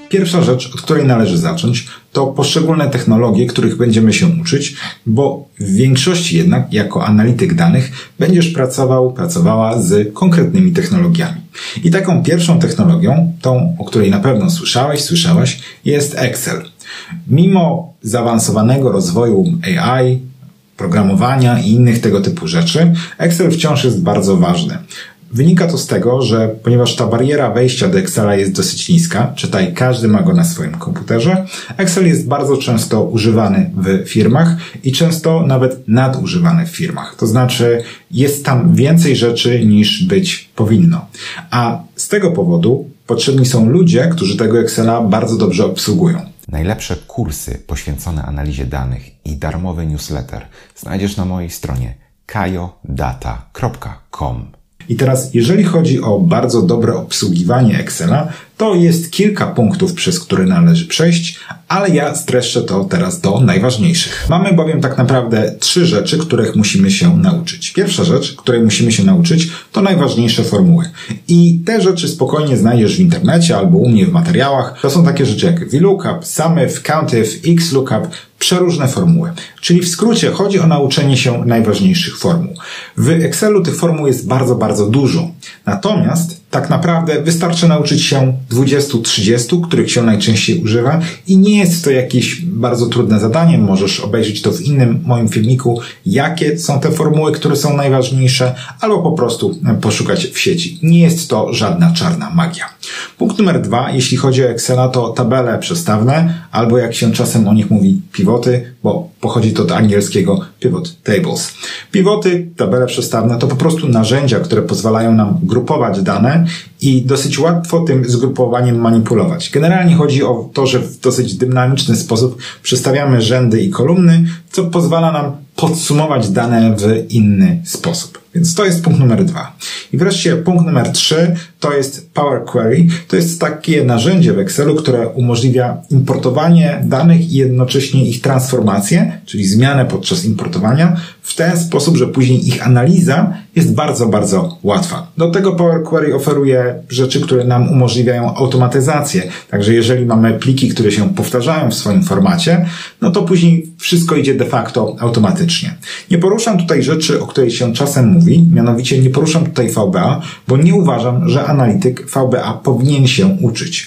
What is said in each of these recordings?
Pierwsza rzecz, od której należy zacząć, to poszczególne technologie, których będziemy się uczyć, bo w większości jednak jako analityk danych będziesz pracowała z konkretnymi technologiami. I taką pierwszą technologią, tą, o której na pewno słyszałaś, jest Excel. Mimo zaawansowanego rozwoju AI, programowania i innych tego typu rzeczy, Excel wciąż jest bardzo ważny. Wynika to z tego, że ponieważ ta bariera wejścia do Excela jest dosyć niska, czytaj, każdy ma go na swoim komputerze, Excel jest bardzo często używany w firmach i często nawet nadużywany w firmach. To znaczy jest tam więcej rzeczy niż być powinno. A z tego powodu potrzebni są ludzie, którzy tego Excela bardzo dobrze obsługują. Najlepsze kursy poświęcone analizie danych i darmowy newsletter znajdziesz na mojej stronie kajodata.com. I teraz, jeżeli chodzi o bardzo dobre obsługiwanie Excela, to jest kilka punktów, przez które należy przejść, ale ja streszczę to teraz do najważniejszych. Mamy bowiem tak naprawdę 3 rzeczy, których musimy się nauczyć. Pierwsza rzecz, której musimy się nauczyć, to najważniejsze formuły. I te rzeczy spokojnie znajdziesz w internecie albo u mnie w materiałach. To są takie rzeczy jak VLOOKUP, SUMIF, COUNTIF, XLOOKUP, przeróżne formuły. Czyli w skrócie chodzi o nauczenie się najważniejszych formuł. W Excelu tych formuł jest bardzo, bardzo dużo. Natomiast tak naprawdę wystarczy nauczyć się 20-30, których się najczęściej używa i nie jest to jakieś bardzo trudne zadanie. Możesz obejrzeć to w innym moim filmiku, jakie są te formuły, które są najważniejsze, albo po prostu poszukać w sieci. Nie jest to żadna czarna magia. Punkt numer 2, jeśli chodzi o Excela, to tabele przestawne, albo jak się czasem o nich mówi, pivoty, bo pochodzi to od angielskiego pivot tables. Pivoty, tabele przestawne to po prostu narzędzia, które pozwalają nam grupować dane i dosyć łatwo tym zgrupowaniem manipulować. Generalnie chodzi o to, że w dosyć dynamiczny sposób przestawiamy rzędy i kolumny, co pozwala nam podsumować dane w inny sposób. Więc to jest punkt numer 2. I wreszcie punkt numer 3 to jest Power Query. To jest takie narzędzie w Excelu, które umożliwia importowanie danych i jednocześnie ich transformację, czyli zmianę podczas importowania, w ten sposób, że później ich analiza jest bardzo, bardzo łatwa. Do tego Power Query oferuje rzeczy, które nam umożliwiają automatyzację. Także jeżeli mamy pliki, które się powtarzają w swoim formacie, no to później wszystko idzie de facto automatycznie. Nie poruszam tutaj rzeczy, o której się czasem mówi, mianowicie nie poruszam tutaj VBA, bo nie uważam, że analityk VBA powinien się uczyć.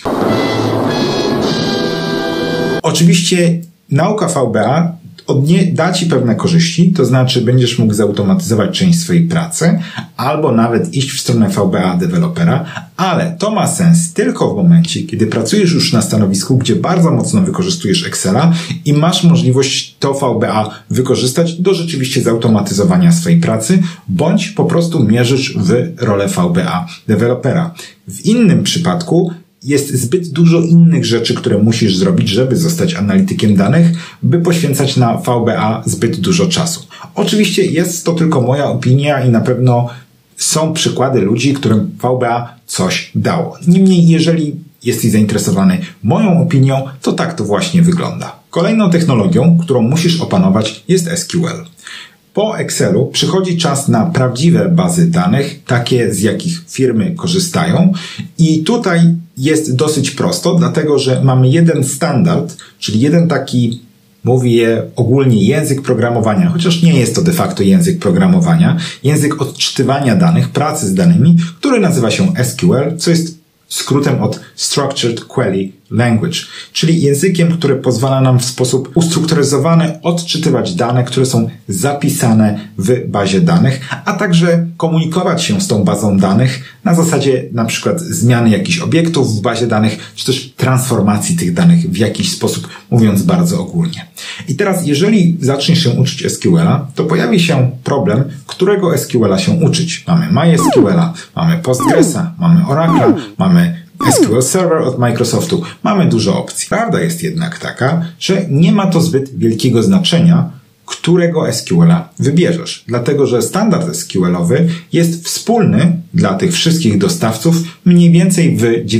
Oczywiście nauka VBA da Ci pewne korzyści, to znaczy będziesz mógł zautomatyzować część swojej pracy albo nawet iść w stronę VBA dewelopera, ale to ma sens tylko w momencie, kiedy pracujesz już na stanowisku, gdzie bardzo mocno wykorzystujesz Excela i masz możliwość to VBA wykorzystać do rzeczywiście zautomatyzowania swojej pracy, bądź po prostu mierzysz w rolę VBA dewelopera. W innym przypadku jest zbyt dużo innych rzeczy, które musisz zrobić, żeby zostać analitykiem danych, by poświęcać na VBA zbyt dużo czasu. Oczywiście jest to tylko moja opinia i na pewno są przykłady ludzi, którym VBA coś dało. Niemniej, jeżeli jesteś zainteresowany moją opinią, to tak to właśnie wygląda. Kolejną technologią, którą musisz opanować, jest SQL. Po Excelu przychodzi czas na prawdziwe bazy danych, takie z jakich firmy korzystają i tutaj jest dosyć prosto, dlatego że mamy jeden standard, czyli jeden taki, mówię ogólnie, język programowania, chociaż nie jest to de facto język programowania, język odczytywania danych, pracy z danymi, który nazywa się SQL, co jest skrótem od Structured Query Language, czyli językiem, który pozwala nam w sposób ustrukturyzowany odczytywać dane, które są zapisane w bazie danych, a także komunikować się z tą bazą danych na zasadzie na przykład zmiany jakichś obiektów w bazie danych, czy też transformacji tych danych w jakiś sposób, mówiąc bardzo ogólnie. I teraz, jeżeli zaczniesz się uczyć SQL-a, to pojawi się problem, którego SQL-a się uczyć. Mamy MySQL-a, mamy Postgresa, mamy Oracle'a, mamy SQL Server od Microsoftu. Mamy dużo opcji. Prawda jest jednak taka, że nie ma to zbyt wielkiego znaczenia, którego SQL-a wybierzesz. Dlatego, że standard SQL-owy jest wspólny dla tych wszystkich dostawców mniej więcej w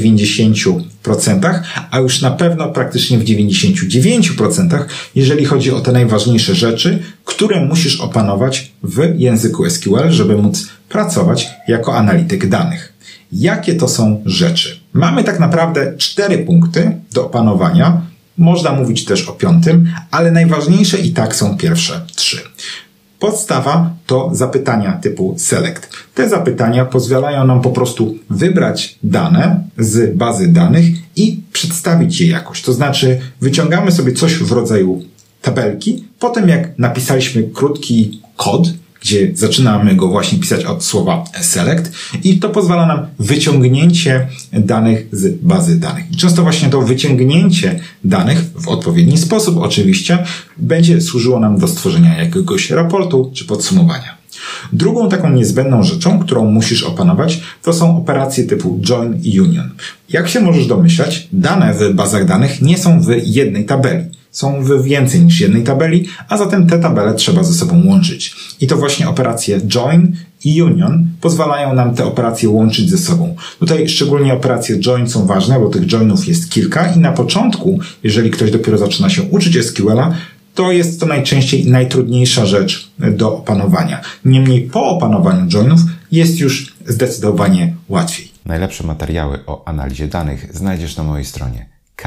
90%, a już na pewno praktycznie w 99%, jeżeli chodzi o te najważniejsze rzeczy, które musisz opanować w języku SQL, żeby móc pracować jako analityk danych. Jakie to są rzeczy? Mamy tak naprawdę 4 punkty do opanowania. Można mówić też o 5, ale najważniejsze i tak są pierwsze 3. Podstawa to zapytania typu select. Te zapytania pozwalają nam po prostu wybrać dane z bazy danych i przedstawić je jakoś. To znaczy wyciągamy sobie coś w rodzaju tabelki, potem jak napisaliśmy krótki kod, gdzie zaczynamy go właśnie pisać od słowa select i to pozwala nam wyciągnięcie danych z bazy danych. I często właśnie to wyciągnięcie danych w odpowiedni sposób oczywiście będzie służyło nam do stworzenia jakiegoś raportu czy podsumowania. Drugą taką niezbędną rzeczą, którą musisz opanować, to są operacje typu join i union. Jak się możesz domyślać, dane w bazach danych nie są w jednej tabeli. Są w więcej niż jednej tabeli, a zatem te tabele trzeba ze sobą łączyć. I to właśnie operacje join i union pozwalają nam te operacje łączyć ze sobą. Tutaj szczególnie operacje join są ważne, bo tych joinów jest kilka i na początku, jeżeli ktoś dopiero zaczyna się uczyć SQL-a, to jest to najczęściej najtrudniejsza rzecz do opanowania. Niemniej po opanowaniu joinów jest już zdecydowanie łatwiej. Najlepsze materiały o analizie danych znajdziesz na mojej stronie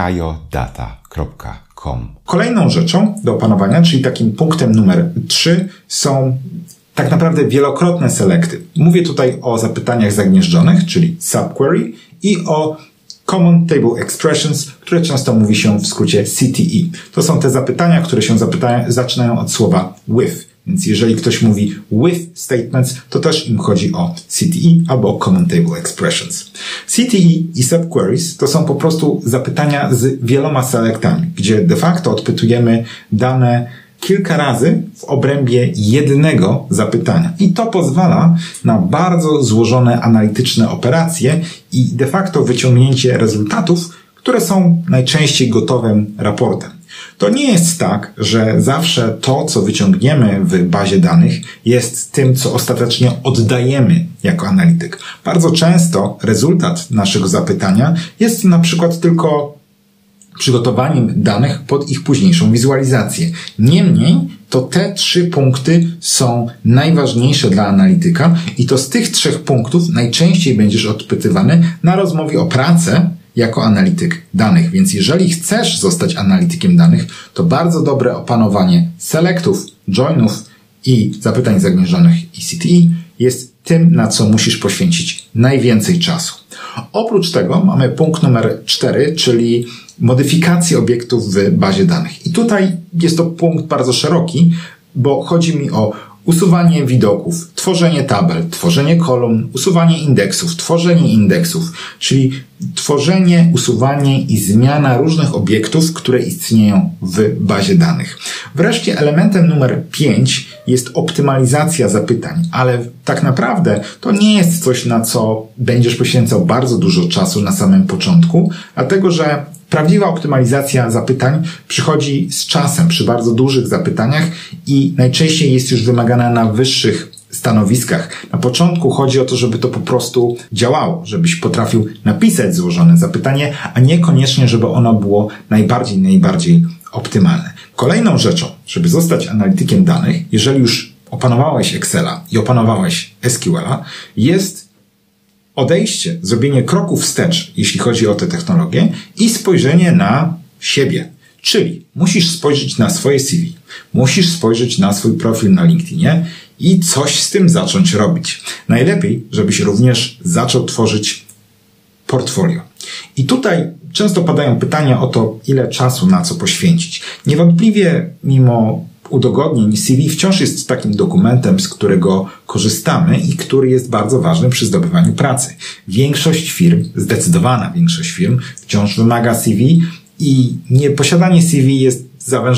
kajodata.com. Kolejną rzeczą do opanowania, czyli takim punktem numer 3 są tak naprawdę wielokrotne selekty. Mówię tutaj o zapytaniach zagnieżdżonych, czyli subquery i o Common Table Expressions, które często mówi się w skrócie CTE. To są te zapytania, które się zaczynają od słowa with. Więc jeżeli ktoś mówi with statements, to też im chodzi o CTE albo o Common Table Expressions. CTE i subqueries to są po prostu zapytania z wieloma selektami, gdzie de facto odpytujemy dane kilka razy w obrębie jednego zapytania. I to pozwala na bardzo złożone analityczne operacje i de facto wyciągnięcie rezultatów, które są najczęściej gotowym raportem. To nie jest tak, że zawsze to, co wyciągniemy w bazie danych, jest tym, co ostatecznie oddajemy jako analityk. Bardzo często rezultat naszego zapytania jest na przykład tylko przygotowaniem danych pod ich późniejszą wizualizację. Niemniej to te 3 punkty są najważniejsze dla analityka i to z tych 3 punktów najczęściej będziesz odpytywany na rozmowie o pracę jako analityk danych. Więc jeżeli chcesz zostać analitykiem danych, to bardzo dobre opanowanie selectów, joinów i zapytań zagnieżdżonych i CTE jest tym, na co musisz poświęcić najwięcej czasu. Oprócz tego mamy punkt numer 4, czyli modyfikacje obiektów w bazie danych. I tutaj jest to punkt bardzo szeroki, bo chodzi mi o usuwanie widoków, tworzenie tabel, tworzenie kolumn, usuwanie indeksów, tworzenie indeksów, czyli tworzenie, usuwanie i zmiana różnych obiektów, które istnieją w bazie danych. Wreszcie elementem numer 5 jest optymalizacja zapytań, ale tak naprawdę to nie jest coś, na co będziesz poświęcał bardzo dużo czasu na samym początku, dlatego że prawdziwa optymalizacja zapytań przychodzi z czasem przy bardzo dużych zapytaniach i najczęściej jest już wymagana na wyższych stanowiskach. Na początku chodzi o to, żeby to po prostu działało, żebyś potrafił napisać złożone zapytanie, a niekoniecznie, żeby ono było najbardziej optymalne. Kolejną rzeczą, żeby zostać analitykiem danych, jeżeli już opanowałeś Excela i opanowałeś SQL-a, jest odejście, zrobienie kroku wstecz, jeśli chodzi o tę technologię i spojrzenie na siebie. Czyli musisz spojrzeć na swoje CV, musisz spojrzeć na swój profil na LinkedInie i coś z tym zacząć robić. Najlepiej, żebyś również zaczął tworzyć portfolio. I tutaj często padają pytania o to, ile czasu na co poświęcić. Niewątpliwie, mimo udogodnień, CV wciąż jest takim dokumentem, z którego korzystamy i który jest bardzo ważny przy zdobywaniu pracy. Większość firm, zdecydowana większość firm wciąż wymaga CV i nieposiadanie CV jest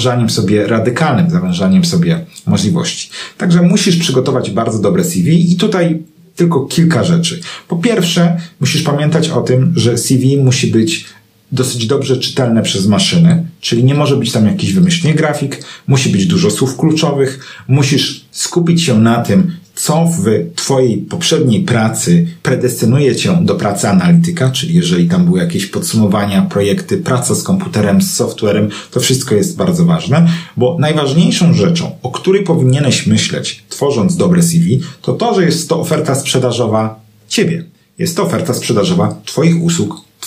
radykalnym zawężaniem sobie możliwości. Także musisz przygotować bardzo dobre CV i tutaj tylko kilka rzeczy. Po pierwsze, musisz pamiętać o tym, że CV musi być dosyć dobrze czytelne przez maszyny, czyli nie może być tam jakiś wymyślny grafik, musi być dużo słów kluczowych, musisz skupić się na tym, co w twojej poprzedniej pracy predestynuje cię do pracy analityka, czyli jeżeli tam były jakieś podsumowania, projekty, praca z komputerem, z softwarem, to wszystko jest bardzo ważne, bo najważniejszą rzeczą, o której powinieneś myśleć, tworząc dobre CV, to, że jest to oferta sprzedażowa ciebie. Jest to oferta sprzedażowa twoich usług,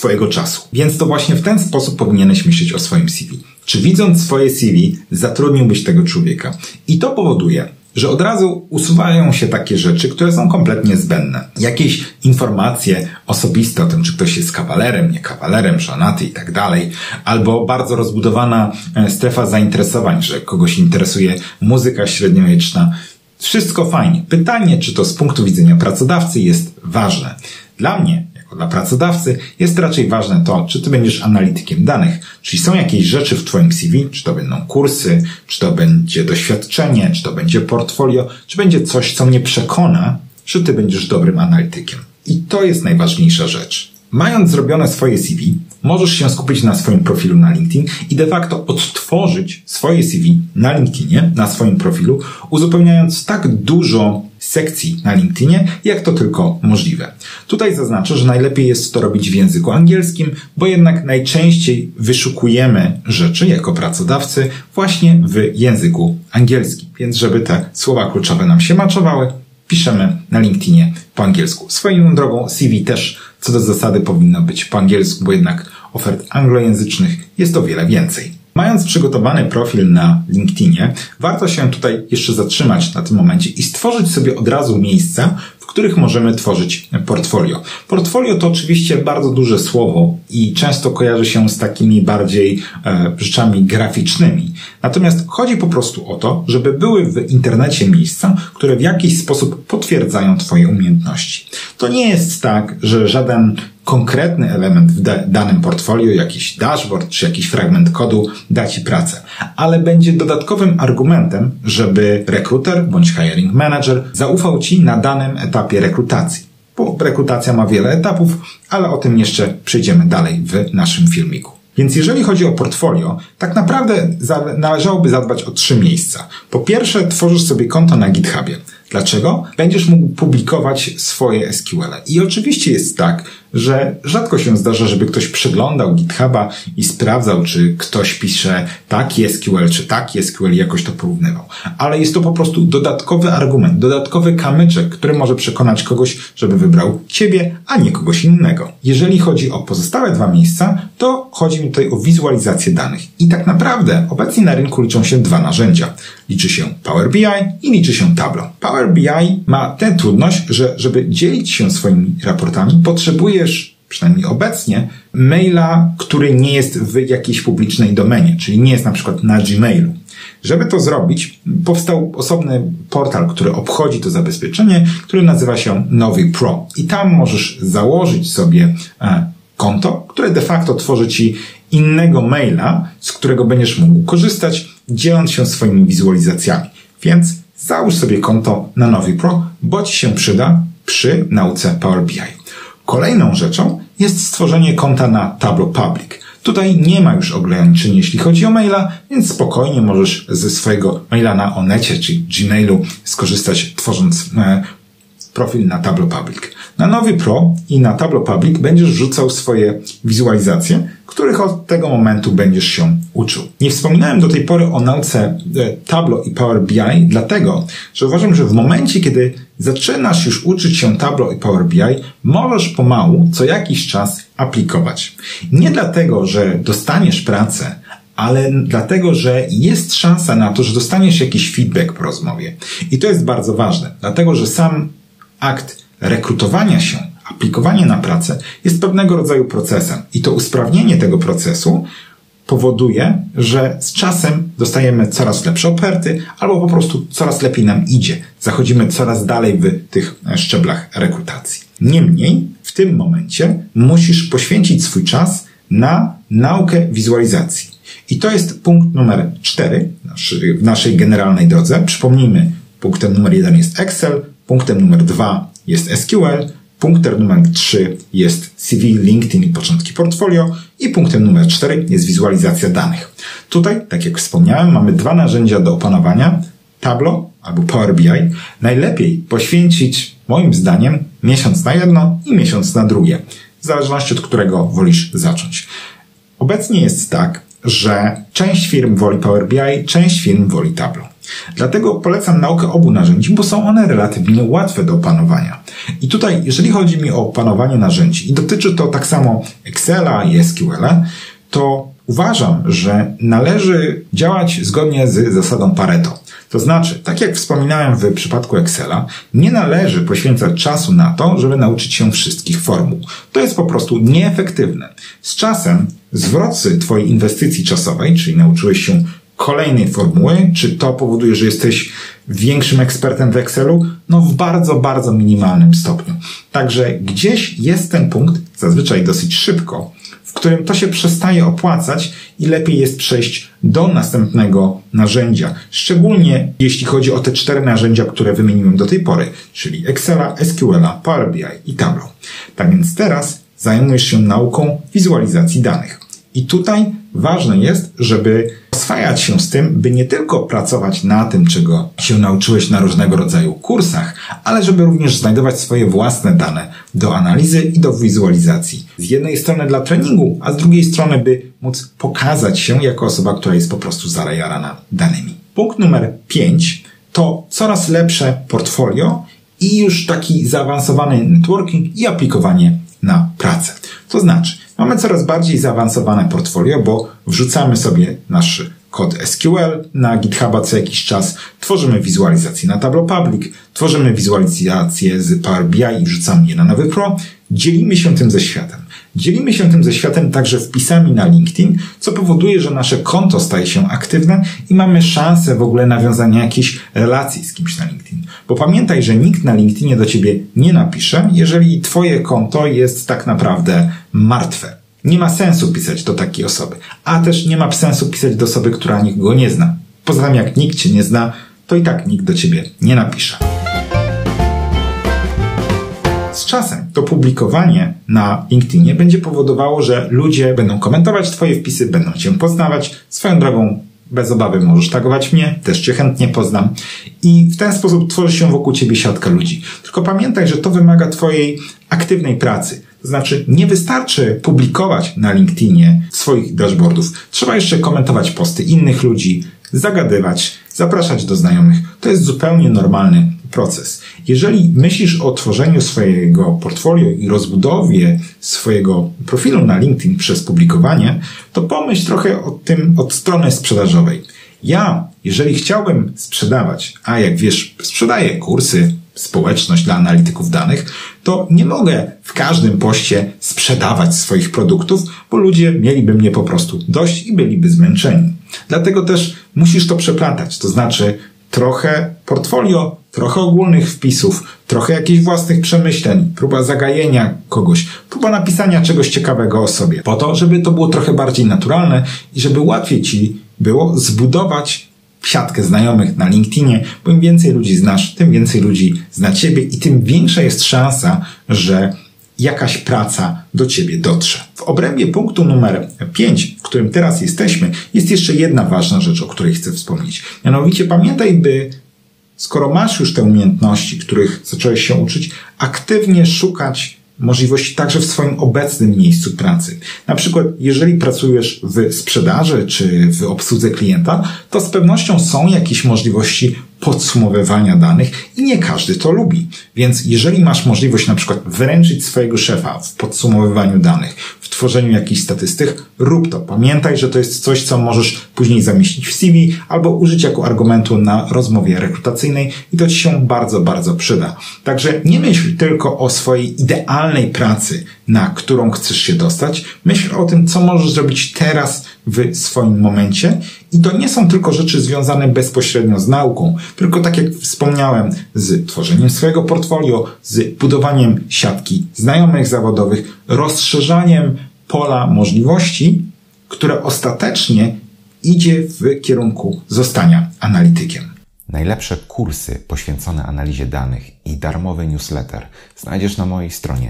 twojego czasu. Więc to właśnie w ten sposób powinieneś myśleć o swoim CV. Czy widząc swoje CV zatrudniłbyś tego człowieka? I to powoduje, że od razu usuwają się takie rzeczy, które są kompletnie zbędne. Jakieś informacje osobiste o tym, czy ktoś jest kawalerem, nie kawalerem, żonaty i tak dalej, albo bardzo rozbudowana strefa zainteresowań, że kogoś interesuje muzyka średniowieczna. Wszystko fajnie. Pytanie, czy to z punktu widzenia pracodawcy jest ważne. Dla mnie, jako dla pracodawcy, jest raczej ważne to, czy ty będziesz analitykiem danych, czyli są jakieś rzeczy w twoim CV, czy to będą kursy, czy to będzie doświadczenie, czy to będzie portfolio, czy będzie coś, co mnie przekona, że ty będziesz dobrym analitykiem. I to jest najważniejsza rzecz. Mając zrobione swoje CV, możesz się skupić na swoim profilu na LinkedIn i de facto odtworzyć swoje CV na LinkedInie, na swoim profilu, uzupełniając tak dużo sekcji na LinkedInie, jak to tylko możliwe. Tutaj zaznaczę, że najlepiej jest to robić w języku angielskim, bo jednak najczęściej wyszukujemy rzeczy jako pracodawcy właśnie w języku angielskim. Więc żeby te słowa kluczowe nam się maczowały, piszemy na LinkedInie po angielsku. Swoją drogą CV też co do zasady powinno być po angielsku, bo jednak ofert anglojęzycznych jest o wiele więcej. Mając przygotowany profil na LinkedInie, warto się tutaj jeszcze zatrzymać na tym momencie i stworzyć sobie od razu miejsca, w których możemy tworzyć portfolio. Portfolio to oczywiście bardzo duże słowo i często kojarzy się z takimi bardziej rzeczami graficznymi. Natomiast chodzi po prostu o to, żeby były w internecie miejsca, które w jakiś sposób potwierdzają twoje umiejętności. To nie jest tak, że żaden konkretny element w danym portfolio, jakiś dashboard czy jakiś fragment kodu da ci pracę, ale będzie dodatkowym argumentem, żeby rekruter bądź hiring manager zaufał ci na danym etapie rekrutacji. Bo rekrutacja ma wiele etapów, ale o tym jeszcze przejdziemy dalej w naszym filmiku. Więc jeżeli chodzi o portfolio, tak naprawdę należałoby zadbać o 3 miejsca. Po pierwsze, tworzysz sobie konto na GitHubie. Dlaczego? Będziesz mógł publikować swoje SQL-e. I oczywiście jest tak, że rzadko się zdarza, żeby ktoś przeglądał GitHuba i sprawdzał, czy ktoś pisze taki SQL, czy taki SQL i jakoś to porównywał. Ale jest to po prostu dodatkowy argument, dodatkowy kamyczek, który może przekonać kogoś, żeby wybrał ciebie, a nie kogoś innego. Jeżeli chodzi o pozostałe 2 miejsca, to chodzi mi tutaj o wizualizację danych. I tak naprawdę obecnie na rynku liczą się 2 narzędzia. Liczy się Power BI i liczy się Tableau. Power BI ma tę trudność, że żeby dzielić się swoimi raportami, potrzebujesz, przynajmniej obecnie, maila, który nie jest w jakiejś publicznej domenie, czyli nie jest na przykład na Gmailu. Żeby to zrobić, powstał osobny portal, który obchodzi to zabezpieczenie, który nazywa się Novi Pro. I tam możesz założyć sobie konto, które de facto tworzy ci innego maila, z którego będziesz mógł korzystać, dzieląc się swoimi wizualizacjami. Więc załóż sobie konto na Novi Pro, bo ci się przyda przy nauce Power BI. Kolejną rzeczą jest stworzenie konta na Tableau Public. Tutaj nie ma już ograniczeń, jeśli chodzi o maila, więc spokojnie możesz ze swojego maila na Onecie czy Gmailu skorzystać, tworząc profil na Tableau Public. Na Novi Pro i na Tableau Public będziesz wrzucał swoje wizualizacje, których od tego momentu będziesz się uczył. Nie wspominałem do tej pory o nauce Tableau i Power BI, dlatego, że uważam, że w momencie, kiedy zaczynasz już uczyć się Tableau i Power BI, możesz pomału co jakiś czas aplikować. Nie dlatego, że dostaniesz pracę, ale dlatego, że jest szansa na to, że dostaniesz jakiś feedback po rozmowie. I to jest bardzo ważne, dlatego, że sam akt rekrutowania się, aplikowanie na pracę jest pewnego rodzaju procesem. I to usprawnienie tego procesu powoduje, że z czasem dostajemy coraz lepsze oferty albo po prostu coraz lepiej nam idzie. Zachodzimy coraz dalej w tych szczeblach rekrutacji. Niemniej w tym momencie musisz poświęcić swój czas na naukę wizualizacji. I to jest punkt numer 4 w naszej generalnej drodze. Przypomnijmy, punktem numer 1 jest Excel, punktem numer 2 jest SQL, punktem numer 3 jest CV, LinkedIn i początki portfolio i punktem numer 4 jest wizualizacja danych. Tutaj, tak jak wspomniałem, mamy 2 narzędzia do opanowania, Tableau albo Power BI. Najlepiej poświęcić, moim zdaniem, miesiąc na jedno i miesiąc na drugie, w zależności od którego wolisz zacząć. Obecnie jest tak, że część firm woli Power BI, część firm woli Tableau. Dlatego polecam naukę obu narzędzi, bo są one relatywnie łatwe do opanowania. I tutaj, jeżeli chodzi mi o opanowanie narzędzi i dotyczy to tak samo Excela i SQL-a, to uważam, że należy działać zgodnie z zasadą Pareto. To znaczy, tak jak wspominałem w przypadku Excela, nie należy poświęcać czasu na to, żeby nauczyć się wszystkich formuł. To jest po prostu nieefektywne. Z czasem zwroty twojej inwestycji czasowej, czyli nauczyłeś się kolejnej formuły, czy to powoduje, że jesteś większym ekspertem w Excelu? No w bardzo, bardzo minimalnym stopniu. Także gdzieś jest ten punkt, zazwyczaj dosyć szybko, w którym to się przestaje opłacać i lepiej jest przejść do następnego narzędzia. Szczególnie jeśli chodzi o te 4 narzędzia, które wymieniłem do tej pory, czyli Excela, SQL-a, Power BI i Tableau. Tak więc teraz zajmujesz się nauką wizualizacji danych. I tutaj ważne jest, żeby oswajać się z tym, by nie tylko pracować na tym, czego się nauczyłeś na różnego rodzaju kursach, ale żeby również znajdować swoje własne dane do analizy i do wizualizacji. Z jednej strony dla treningu, a z drugiej strony, by móc pokazać się jako osoba, która jest po prostu zajarana danymi. Punkt numer 5 to coraz lepsze portfolio i już taki zaawansowany networking i aplikowanie na pracę. To znaczy, mamy coraz bardziej zaawansowane portfolio, bo wrzucamy sobie nasz kod SQL na GitHuba co jakiś czas, tworzymy wizualizacje na Tableau Public, tworzymy wizualizacje z Power BI i wrzucamy je na Nowy Pro, dzielimy się tym ze światem. Dzielimy się tym ze światem także wpisami na LinkedIn, co powoduje, że nasze konto staje się aktywne i mamy szansę w ogóle nawiązania jakiejś relacji z kimś na LinkedIn. Bo pamiętaj, że nikt na LinkedInie do ciebie nie napisze, jeżeli twoje konto jest tak naprawdę martwe. Nie ma sensu pisać do takiej osoby, a też nie ma sensu pisać do osoby, która nikogo nie zna. Poza tym, jak nikt cię nie zna, to i tak nikt do ciebie nie napisze. Z czasem to publikowanie na LinkedInie będzie powodowało, że ludzie będą komentować twoje wpisy, będą cię poznawać. Swoją drogą, bez obawy możesz tagować mnie, też cię chętnie poznam. I w ten sposób tworzy się wokół ciebie siatka ludzi. Tylko pamiętaj, że to wymaga twojej aktywnej pracy. To znaczy, nie wystarczy publikować na LinkedInie swoich dashboardów. Trzeba jeszcze komentować posty innych ludzi, zagadywać, zapraszać do znajomych. To jest zupełnie normalny proces. Jeżeli myślisz o tworzeniu swojego portfolio i rozbudowie swojego profilu na LinkedIn przez publikowanie, to pomyśl trochę o tym od strony sprzedażowej. Ja, jeżeli chciałbym sprzedawać, a jak wiesz, sprzedaję kursy, społeczność dla analityków danych, to nie mogę w każdym poście sprzedawać swoich produktów, bo ludzie mieliby mnie po prostu dość i byliby zmęczeni. Dlatego też musisz to przeplatać, to znaczy trochę portfolio, trochę ogólnych wpisów, trochę jakichś własnych przemyśleń, próba zagajenia kogoś, próba napisania czegoś ciekawego o sobie, po to, żeby to było trochę bardziej naturalne i żeby łatwiej ci było zbudować siatkę znajomych na LinkedInie, bo im więcej ludzi znasz, tym więcej ludzi zna ciebie i tym większa jest szansa, że jakaś praca do ciebie dotrze. W obrębie punktu numer 5, w którym teraz jesteśmy, jest jeszcze jedna ważna rzecz, o której chcę wspomnieć. Mianowicie pamiętaj, by skoro masz już te umiejętności, których zacząłeś się uczyć, aktywnie szukać możliwości także w swoim obecnym miejscu pracy. Na przykład, jeżeli pracujesz w sprzedaży czy w obsłudze klienta, to z pewnością są jakieś możliwości podsumowywania danych i nie każdy to lubi. Więc jeżeli masz możliwość na przykład wyręczyć swojego szefa w podsumowywaniu danych, w tworzeniu jakichś statystyk, rób to. Pamiętaj, że to jest coś, co możesz później zamieścić w CV albo użyć jako argumentu na rozmowie rekrutacyjnej i to ci się bardzo, bardzo przyda. Także nie myśl tylko o swojej idealnej pracy, na którą chcesz się dostać. Myśl o tym, co możesz zrobić teraz w swoim momencie i to nie są tylko rzeczy związane bezpośrednio z nauką, tylko tak jak wspomniałem, z tworzeniem swojego portfolio, z budowaniem siatki znajomych zawodowych, rozszerzaniem pola możliwości, które ostatecznie idzie w kierunku zostania analitykiem. Najlepsze kursy poświęcone analizie danych i darmowy newsletter znajdziesz na mojej stronie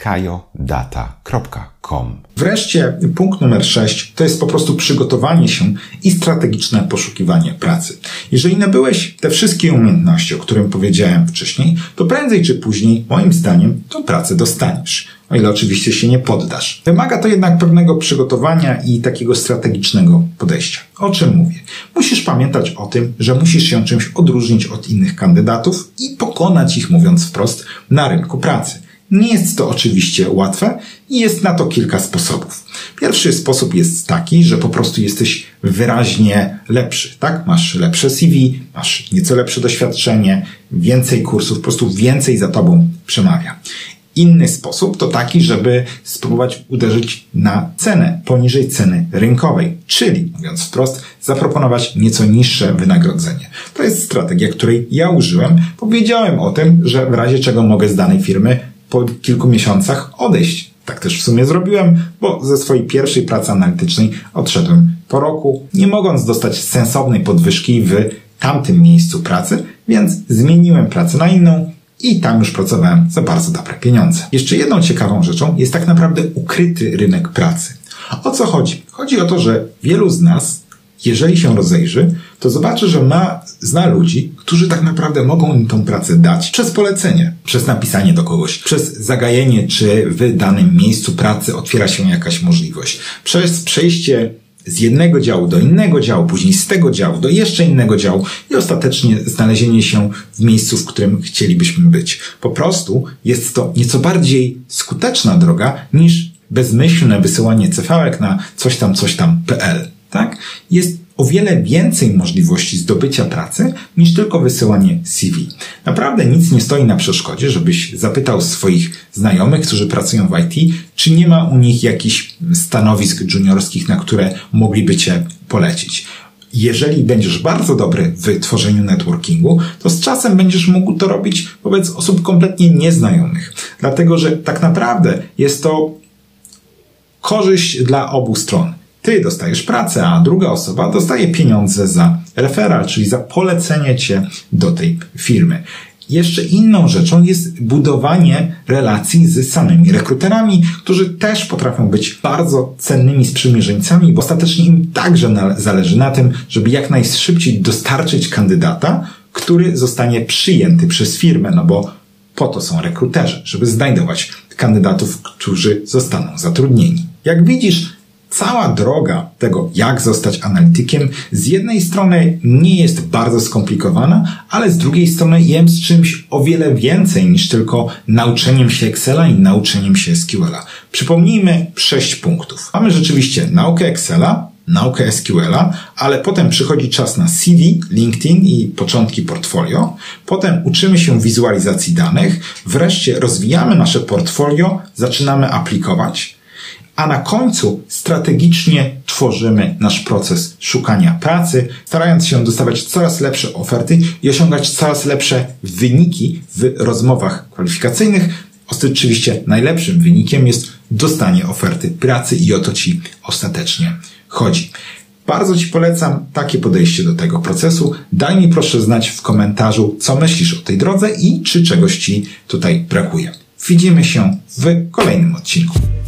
kajodata.com. Wreszcie punkt numer 6 to jest po prostu przygotowanie się i strategiczne poszukiwanie pracy. Jeżeli nabyłeś te wszystkie umiejętności, o którym powiedziałem wcześniej, to prędzej czy później, moim zdaniem, tą pracę dostaniesz. O ile oczywiście się nie poddasz. Wymaga to jednak pewnego przygotowania i takiego strategicznego podejścia. O czym mówię? Musisz pamiętać o tym, że musisz się czymś odróżnić od innych kandydatów i pokonać ich, mówiąc wprost, na rynku pracy. Nie jest to oczywiście łatwe i jest na to kilka sposobów. Pierwszy sposób jest taki, że po prostu jesteś wyraźnie lepszy, tak? Masz lepsze CV, masz nieco lepsze doświadczenie, więcej kursów, po prostu więcej za tobą przemawia. Inny sposób to taki, żeby spróbować uderzyć na cenę poniżej ceny rynkowej, czyli, mówiąc wprost, zaproponować nieco niższe wynagrodzenie. To jest strategia, której ja użyłem. Powiedziałem o tym, że w razie czego mogę z danej firmy po kilku miesiącach odejść. Tak też w sumie zrobiłem, bo ze swojej pierwszej pracy analitycznej odszedłem po roku, nie mogąc dostać sensownej podwyżki w tamtym miejscu pracy, więc zmieniłem pracę na inną i tam już pracowałem za bardzo dobre pieniądze. Jeszcze jedną ciekawą rzeczą jest tak naprawdę ukryty rynek pracy. O co chodzi? Chodzi o to, że wielu z nas, jeżeli się rozejrzy, to zobaczy, że zna ludzi, którzy tak naprawdę mogą im tą pracę dać przez polecenie, przez napisanie do kogoś, przez zagajenie, czy w danym miejscu pracy otwiera się jakaś możliwość, przez przejście z jednego działu do innego działu, później z tego działu do jeszcze innego działu i ostatecznie znalezienie się w miejscu, w którym chcielibyśmy być. Po prostu jest to nieco bardziej skuteczna droga niż bezmyślne wysyłanie CV-ek na coś tam.pl. Tak? Jest o wiele więcej możliwości zdobycia pracy niż tylko wysyłanie CV. Naprawdę nic nie stoi na przeszkodzie, żebyś zapytał swoich znajomych, którzy pracują w IT, czy nie ma u nich jakichś stanowisk juniorskich, na które mogliby cię polecić. Jeżeli będziesz bardzo dobry w tworzeniu networkingu, to z czasem będziesz mógł to robić wobec osób kompletnie nieznajomych. Dlatego, że tak naprawdę jest to korzyść dla obu stron. Ty dostajesz pracę, a druga osoba dostaje pieniądze za referral, czyli za polecenie cię do tej firmy. Jeszcze inną rzeczą jest budowanie relacji z samymi rekruterami, którzy też potrafią być bardzo cennymi sprzymierzeńcami, bo ostatecznie im także zależy na tym, żeby jak najszybciej dostarczyć kandydata, który zostanie przyjęty przez firmę, no bo po to są rekruterzy, żeby znajdować kandydatów, którzy zostaną zatrudnieni. Jak widzisz, cała droga tego, jak zostać analitykiem, z jednej strony nie jest bardzo skomplikowana, ale z drugiej strony jest czymś o wiele więcej niż tylko nauczeniem się Excela i nauczeniem się SQL-a. Przypomnijmy 6 punktów. Mamy rzeczywiście naukę Excela, naukę SQL-a, ale potem przychodzi czas na CV, LinkedIn i początki portfolio. Potem uczymy się wizualizacji danych. Wreszcie rozwijamy nasze portfolio, zaczynamy aplikować. A na końcu strategicznie tworzymy nasz proces szukania pracy, starając się dostawać coraz lepsze oferty i osiągać coraz lepsze wyniki w rozmowach kwalifikacyjnych. Oczywiście najlepszym wynikiem jest dostanie oferty pracy i o to Ci ostatecznie chodzi. Bardzo Ci polecam takie podejście do tego procesu. Daj mi proszę znać w komentarzu, co myślisz o tej drodze i czy czegoś Ci tutaj brakuje. Widzimy się w kolejnym odcinku.